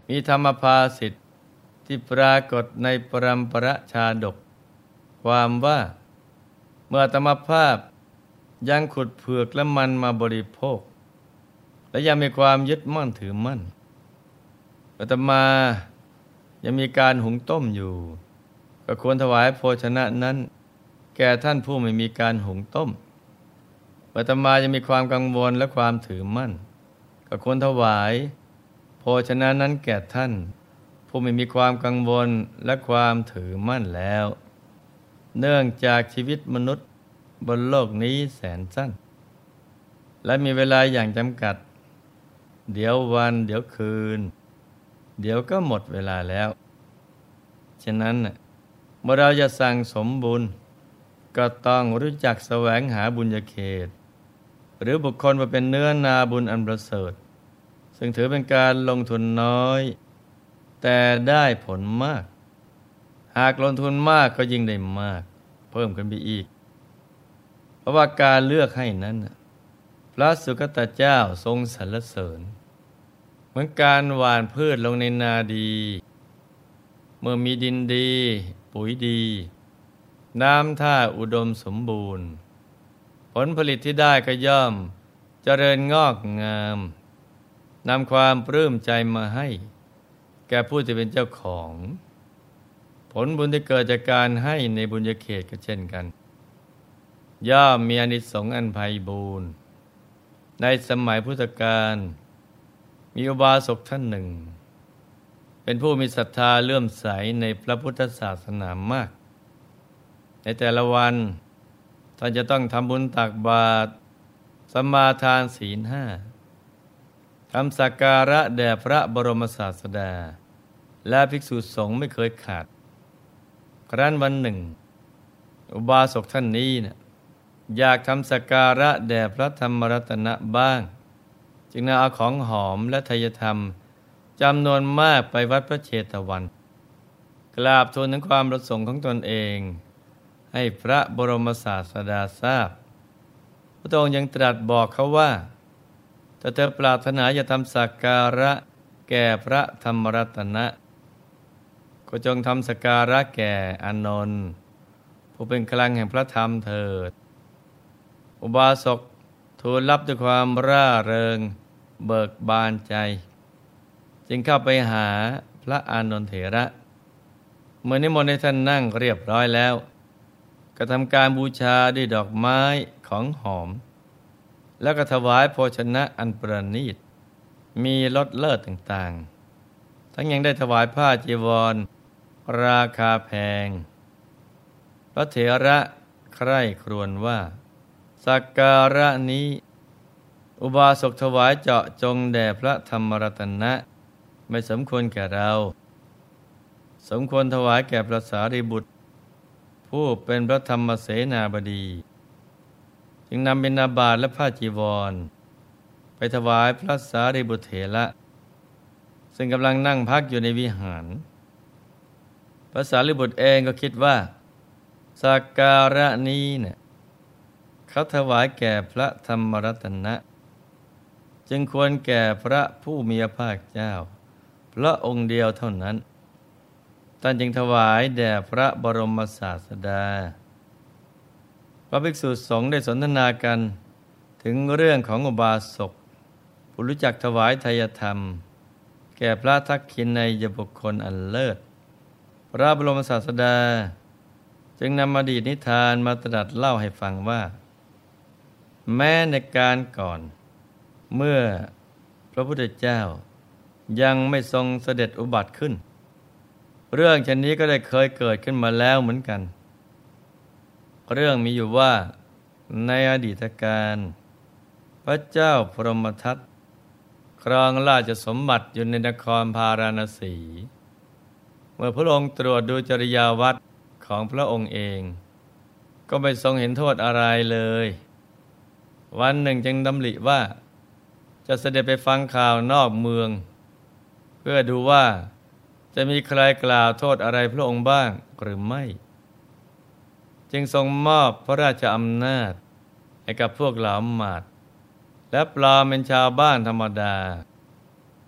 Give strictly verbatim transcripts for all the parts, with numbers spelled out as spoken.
มีธรรมภาษิตที่ปรากฏในปรัมปรชาดกความว่าเมื่ออาตมาภาพยังขุดเผือกและมันมาบริโภคและยังมีความยึดมั่นถือมั่นอาตมายังมีการหุงต้มอยู่ก็ควรถวายโภชนะนั้นแก่ท่านผู้ไม่มีการหุงต้มอาตมายังมีความกังวลและความถือมั่นก็ควรถวายโภชนะนั้นแก่ท่านผู้ไม่มีความกังวลและความถือมั่นแล้วเนื่องจากชีวิตมนุษย์บนโลกนี้แสนสั้นและมีเวลาอย่างจำกัดเดี๋ยววันเดี๋ยวคืนเดี๋ยวก็หมดเวลาแล้วฉะนั้นเมื่อเราจะสั่งสมบุญก็ต้องรู้จักแสวงหาบุญญาเขตหรือบุคคลมาเป็นเนื้อนาบุญอันประเสริฐซึ่งถือเป็นการลงทุนน้อยแต่ได้ผลมากหากลงทุนมากก็ยิ่งได้มากเพิ่มขึ้นไปอีกเพราะว่าการเลือกให้นั้นพระสุคตเจ้าทรงสรรเสริญเหมือนการหว่านพืชลงในนาดีเมื่อมีดินดีปุ๋ยดีน้ำท่าอุดมสมบูรณ์ผลผลิตที่ได้ก็ย่อมเจริญงอกงามนำความปลื้มใจมาให้แก่ผู้ที่เป็นเจ้าของผลบุญที่เกิดจากการให้ในบุญญาเขตก็เช่นกันย่อมมีอานิสงส์อันไพบูรณ์ในสมัยพุทธกาลมีอุบาสกท่านหนึ่งเป็นผู้มีศรัทธาเลื่อมใสในพระพุทธศาสนามากในแต่ละวันท่านจะต้องทำบุญตักบาตรสมาทานศีลห้าทำสักการะแด่พระบรมศาสดาและภิกษุสงฆ์ไม่เคยขาดครั้นวันหนึ่งอุบาสกท่านนี้นะอยากทำสักการะแด่พระธรรมรัตนะบ้างจึงนำเอาของหอมและไทยธรรมจำนวนมากไปวัดพระเชตวันกราบทูลถึงความประสงค์ของตนเองให้พระบรมศาสดาทราบพระองค์ยังตรัสบอกเขาว่าถ้าเธอปรารถนาจะทำสักการะแก่พระธรรมรัตนะก็จงทำสักการะแก่อานนท์ผู้เป็นคลังแห่งพระธรรมเถิดอุบาสกทูลรับด้วยความร่าเริงเบิกบานใจจึงเข้าไปหาพระอานนท์เถระเมื่อนิมนต์ให้ท่านนั่งเรียบร้อยแล้วก็ทำการบูชาด้วยดอกไม้ของหอมแล้วก็ถวายโภชนะอันประณีตมีรสเลิศต่างๆทั้งยังได้ถวายผ้าจีวรราคาแพงพระเถระใคร่ครวญว่าสักการะนี้อุบาสกถวายเจาะจงแด่พระธรรมรัตนะไม่สมควรแก่เราสมควรถวายแก่พระสารีบุตรผู้เป็นพระธรรมเสนาบดีจึงนำบิณฑบาตและผ้าจีวรไปถวายพระสารีบุตรเถระซึ่งกำลังนั่งพักอยู่ในวิหารพระสารีบุตรเองก็คิดว่าสักการะนี้เนี่ยเขาถวายแก่พระธรรมรัตนะจึงควรแก่พระผู้มีพระภาคเจ้าพระองค์เดียวเท่านั้นท่านจึงถวายแด่พระบรมศาสดาพระภิกษุสงฆ์ได้สนทนากันถึงเรื่องของอุบาสกผู้รู้จักถวายไทยธรรมแก่พระทักษิณัยบุคคลอันเลิศพระบรมศาสดาจึงนำอดีตนิทานมาตรัสเล่าให้ฟังว่าแม้ในการก่อนเมื่อพระพุทธเจ้ายังไม่ทรงเสด็จอุบัติขึ้นเรื่องเช่นนี้ก็ได้เคยเกิดขึ้นมาแล้วเหมือนกันเรื่องมีอยู่ว่าในอดีตการพระเจ้าพรหมทัตครองราชสมบัติอยู่ในนครพาราณสีเมื่อพระองค์ตรวจดูจริยาวัดของพระองค์เองก็ไม่ทรงเห็นโทษอะไรเลยวันหนึ่งจึงดำริว่าจะเสด็จไปฟังข่าวนอกเมืองเพื่อดูว่าจะมีใครกล่าวโทษอะไรพระองค์บ้างหรือไม่จึงทรงมอบพระราชอำนาจให้กับพวกเหล่าหมาดและปลอมเป็นชาวบ้านธรรมดา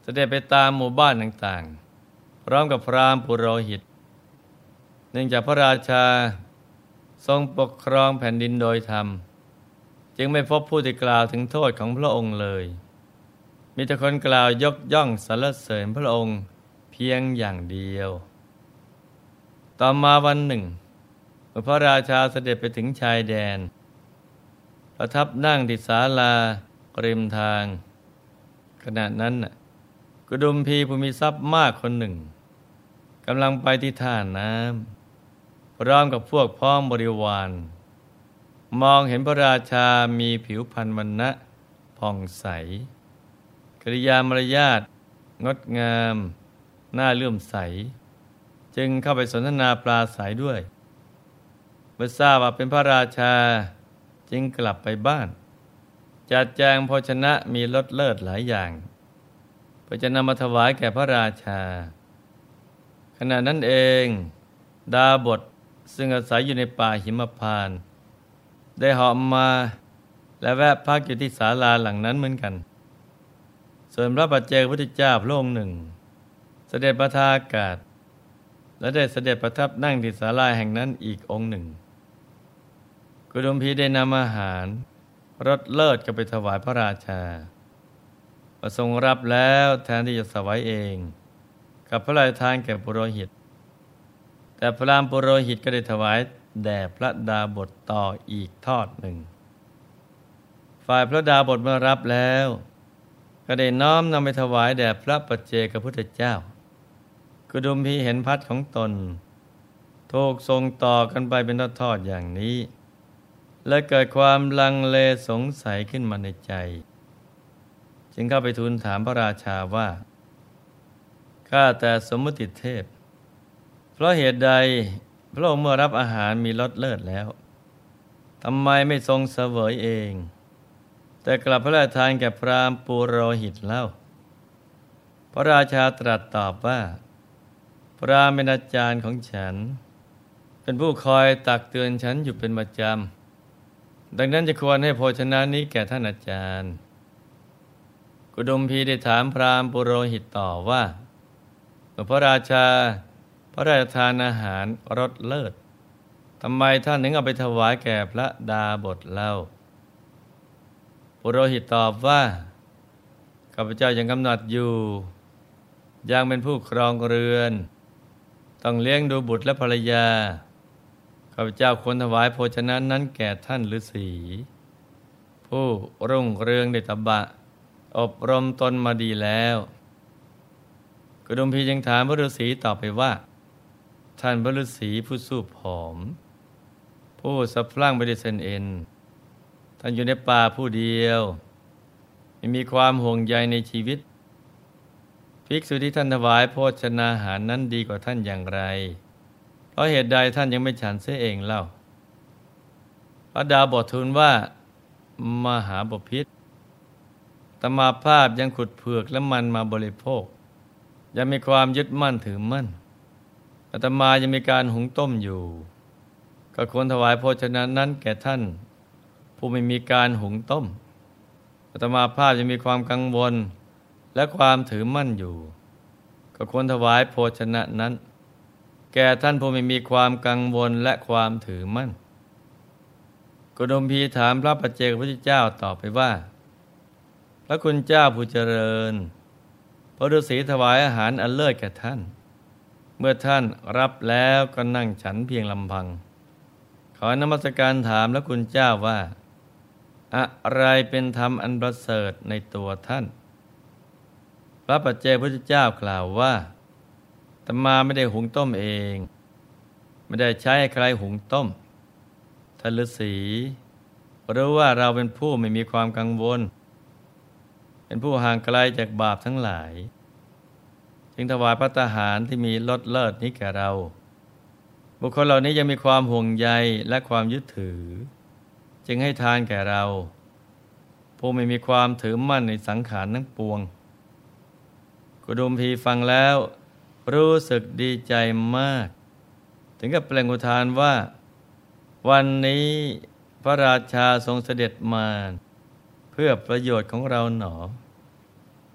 เสด็จไปตามหมู่บ้านต่างๆพร้อมกับพราหมณ์ปุโรหิตเนื่องจากพระราชาทรงปกครองแผ่นดินโดยธรรมจึงไม่พบผู้ที่กล่าวถึงโทษของพระองค์เลยมีแต่คนกล่าวยกย่องสรรเสริญพระองค์เพียงอย่างเดียวต่อมาวันหนึ่งเมื่อพระราชาเสด็จไปถึงชายแดนประทับนั่งที่ศาลาริมทางขณะนั้นกุดุมพีผู้มีทรัพย์มากคนหนึ่งกำลังไปที่ท่าน้ำพร้อมกับพวกพ้องบริวารมองเห็นพระราชามีผิวพรรณวรรณะผ่องใสกริยามารยาทงดงามน่าเลื่อมใสจึงเข้าไปสนทนาปราศัยด้วยเมื่อทราบว่าเป็นพระราชาจึงกลับไปบ้านจัดแจงโภชนะมีรสเลิศหลายอย่างเพื่อจะนำมาถวายแก่พระราชาขณะนั้นเองดาบทซึ่งอาศัยอยู่ในป่าหิมพานต์ได้เหาะมาและแวะพักอยู่ที่ศาลาหลังนั้นเหมือนกันส่วนพระปัจเจกพุทธเจ้าพระองค์หนึ่งเสด็จประทาอากาศและได้เสด็จประทับนั่งที่ศาลาแห่งนั้นอีกองค์หนึ่งกุดุมพีได้นำอาหารรสเลิศก็ไปถวายพระราชาประทรงรับแล้วแทนที่จะถวายเองกับพระราชทานแก่ปุโรหิตแต่พราหมณ์ปุโรหิตก็ได้ถวายแด่พระดาบทต่ออีกทอดหนึ่งฝ่ายพระดาบทเมื่อรับแล้วก็ได้น้อมนำไปถวายแด่พระปัจเจกพุทธเจ้ากุดุมพีเห็นพัดของตนถูกส่งต่อกันไปเป็นทอดๆอย่างนี้และเกิดความลังเลสงสัยขึ้นมาในใจจึงเข้าไปทูลถามพระราชาว่าข้าแต่สมมุติเทพเพราะเหตุใดพระองค์เมื่อรับอาหารมีรสเลิศแล้วทำไมไม่ทรงเสวยเองแต่กลับพระราชทานแก่พราหมณ์ปุโรหิตเล่าพระราชาตรัสตอบว่าพราหมณ์เป็นอาจารย์ของฉันเป็นผู้คอยตักเตือนฉันอยู่เป็นประจำดังนั้นจะควรให้โภชนะนี้แก่ท่านอาจารย์กุดุมพีได้ถามพราหมณ์ปุโรหิตต่อว่าเมื่อพระราชาพระราชทานอาหารรสเลิศทำไมท่านถึงเอาไปถวายแก่พระดาบทเล่าปุโรหิตตอบว่าข้าพเจ้ายังกำหนดอยู่ยังเป็นผู้ครองเรือนต้องเลี้ยงดูบุตรและภรรยาข้าพเจ้าควรถวายโภชนะนั้นแก่ท่านฤาษีผู้รุ่งเรืองในตบะอบรมตนมาดีแล้วกุดุมพียังถามพระฤาษีต่อไปว่าท่านพระฤาษีผู้สู้ผอมผู้สะพรั่งไปด้วยเส้นเอ็นท่านอยู่ในป่าผู้เดียวไม่มีความห่วงใยในชีวิตภิกษุที่ท่านถวายโภชนาหารนั้นดีกว่าท่านอย่างไรเพราะเหตุใดท่านยังไม่ฉันเสียเองเล่าพระดาบททูลว่ามหาบพิตรตมาภาพยังขุดเผือกและมันมาบริโภคยังมีความยึดมั่นถือมั่นอาตมายังมีการหุงต้มอยู่ก็ควรถวายโภชนะนั้นแก่ท่านผู้ไม่มีการหุงต้มอาตมาภาพยังมีความกังวลและความถือมั่นอยู่ก็ควรถวายโภชนะนั้นแก่ท่านผู้ไม่มีความกังวลและความถือมั่นกุดุมพีถามพระปัจเจกพุทธเจ้าตอบไปว่าพระคุณเจ้าผู้เจริญพระฤาษีถวายอาหารอันเลิศแก่ท่านเมื่อท่านรับแล้วก็นั่งฉันเพียงลำพังขอนมัสการถามพระคุณเจ้าว่าอะไรเป็นธรรมอันประเสริฐในตัวท่านพระปัจเจกพุทธเจ้ากล่าวว่าอาตมาไม่ได้หุงต้มเองไม่ได้ใช้ให้ใครหุงต้มท่านฤาษีรู้ว่าเราเป็นผู้ไม่มีความกังวลเป็นผู้ห่างไกลจากบาปทั้งหลายจึงถวายภัตตาหารที่มีรสเลิศนี้แก่เราบุคคลเหล่านี้ยังมีความห่วงใยและความยึดถือจึงให้ทานแก่เราผู้ไม่มีความถือมั่นในสังขารทั้งปวงกุดุมพีฟังแล้วรู้สึกดีใจมากถึงกับเปล่งอุทานว่าวันนี้พระราชาทรงเสด็จมาเพื่อประโยชน์ของเราหนอ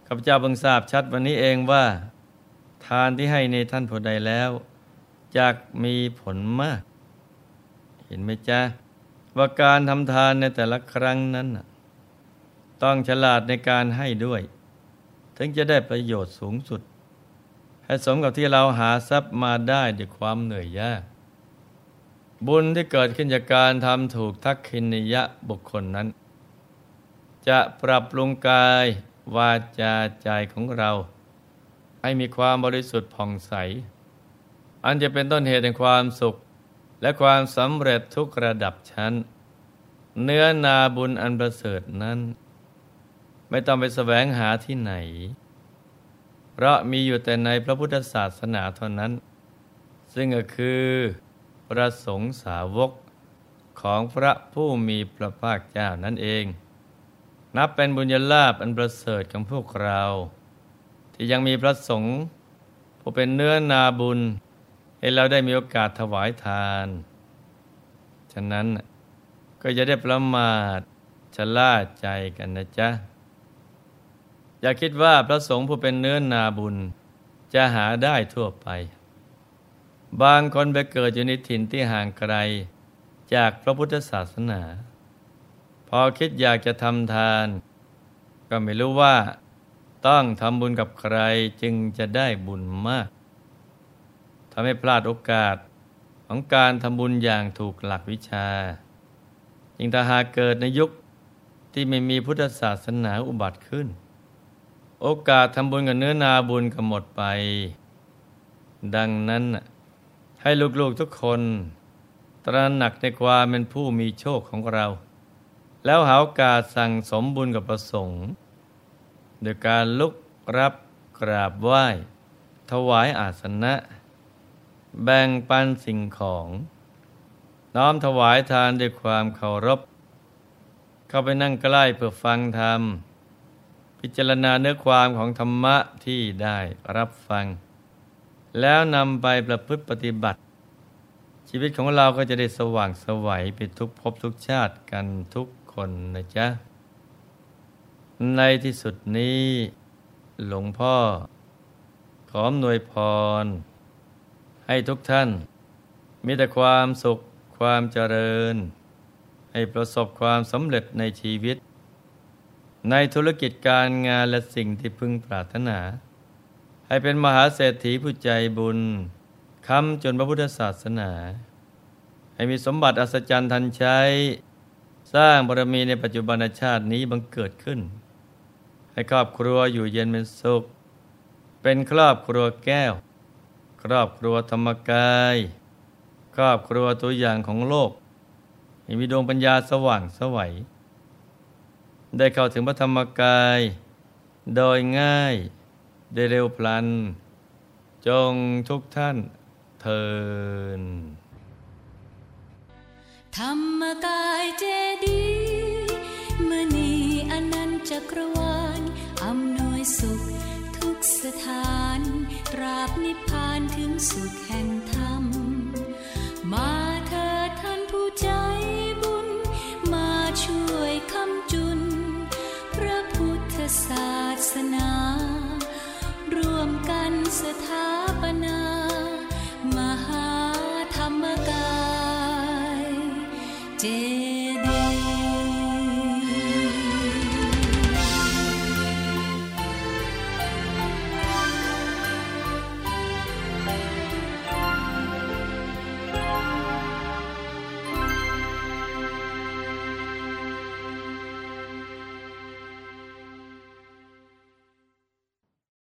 ข้าพเจ้าเพิ่งทราบชัดวันนี้เองว่าทานที่ให้ในท่านผู้ใดแล้วจักมีผลมากเห็นไหมจ๊ะว่าการทำทานในแต่ละครั้งนั้นต้องฉลาดในการให้ด้วยถึงจะได้ประโยชน์สูงสุดให้สมกับที่เราหาทรัพย์มาได้ด้วยความเหนื่อยยากบุญที่เกิดขึ้นจากการทำถูกทักขินิยะบุคคลนั้นจะปรับปรุงกายวาจาใจของเราให้มีความบริสุทธิ์ผ่องใสอันจะเป็นต้นเหตุแห่งความสุขและความสำเร็จทุกระดับชั้นเนื้อนาบุญอันประเสริฐนั้นไม่ต้องไปแสวงหาที่ไหนเพราะมีอยู่แต่ในพระพุทธศาสนาเท่านั้นซึ่งก็คือพระสงฆ์สาวกของพระผู้มีพระภาคเจ้านั่นเองนับเป็นบุญญาลาภอันประเสริฐของพวกเราที่ยังมีพระสงฆ์ผู้เป็นเนื้อนาบุญให้เราได้มีโอกาสถวายทานฉะนั้นก็จะได้ประมาทชะล่าใจกันนะจ๊ะอย่าคิดว่าพระสงฆ์ผู้เป็นเนื้อนาบุญจะหาได้ทั่วไปบางคนไปเกิดอยู่ในถิ่นที่ห่างไกลจากพระพุทธศาสนาพอคิดอยากจะทำทานก็ไม่รู้ว่าต้องทำบุญกับใครจึงจะได้บุญมากทำให้พลาดโอกาสของการทำบุญอย่างถูกหลักวิชายิ่งถ้าหากเกิดในยุคที่ไม่มีพุทธศาสนาอุบัติขึ้นโอกาสทำบุญกับเนื้อนาบุญก็หมดไปดังนั้นให้ลูกๆทุกคนตระหนักในความเป็นผู้มีโชคของเราแล้วหาโอกาสสั่งสมบุญกับประสงค์โดยการลุกรับกราบไหว้ถวายอาสนะแบ่งปันสิ่งของน้อมถวายทานด้วยความเคารพเข้าไปนั่งใกล้เพื่อฟังธรรมพิจารณาเนื้อความของธรรมะที่ได้รับฟังแล้วนำไปประพฤติปฏิบัติชีวิตของเราก็จะได้สว่างไสวไปทุกภพทุกชาติกันทุกคนนะจ๊ะในที่สุดนี้หลวงพ่อขออำนวยพรให้ทุกท่านมีแต่ความสุขความเจริญให้ประสบความสำเร็จในชีวิตในธุรกิจการงานและสิ่งที่พึงปรารถนาให้เป็นมหาเศรษฐีผู้ใจบุญค้ำจนพระพุทธศาสนาให้มีสมบัติอัศจรรย์ทันใช้สร้างบารมีในปัจจุบันชาตินี้บังเกิดขึ้นให้ครอบครัวอยู่เย็นเป็นสุขเป็นครอบครัวแก้วครอบครัวธรรมกายครอบครัวตัวอย่างของโลกให้มีดวงปัญญาสว่างไสวได้เข้าถึงพระธรรมกายโดยง่ายได้เร็วพลันจงทุกท่านเทินธรรมกายเจดีย์มณีอนันตจักรวาลอำนวยสุขทุกสถานตราบนิพพานถึงสุขแห่งธรรมมาเถิดท่านผู้ใจบุญมาช่วยค้ำจุนพระพุทธศาสนา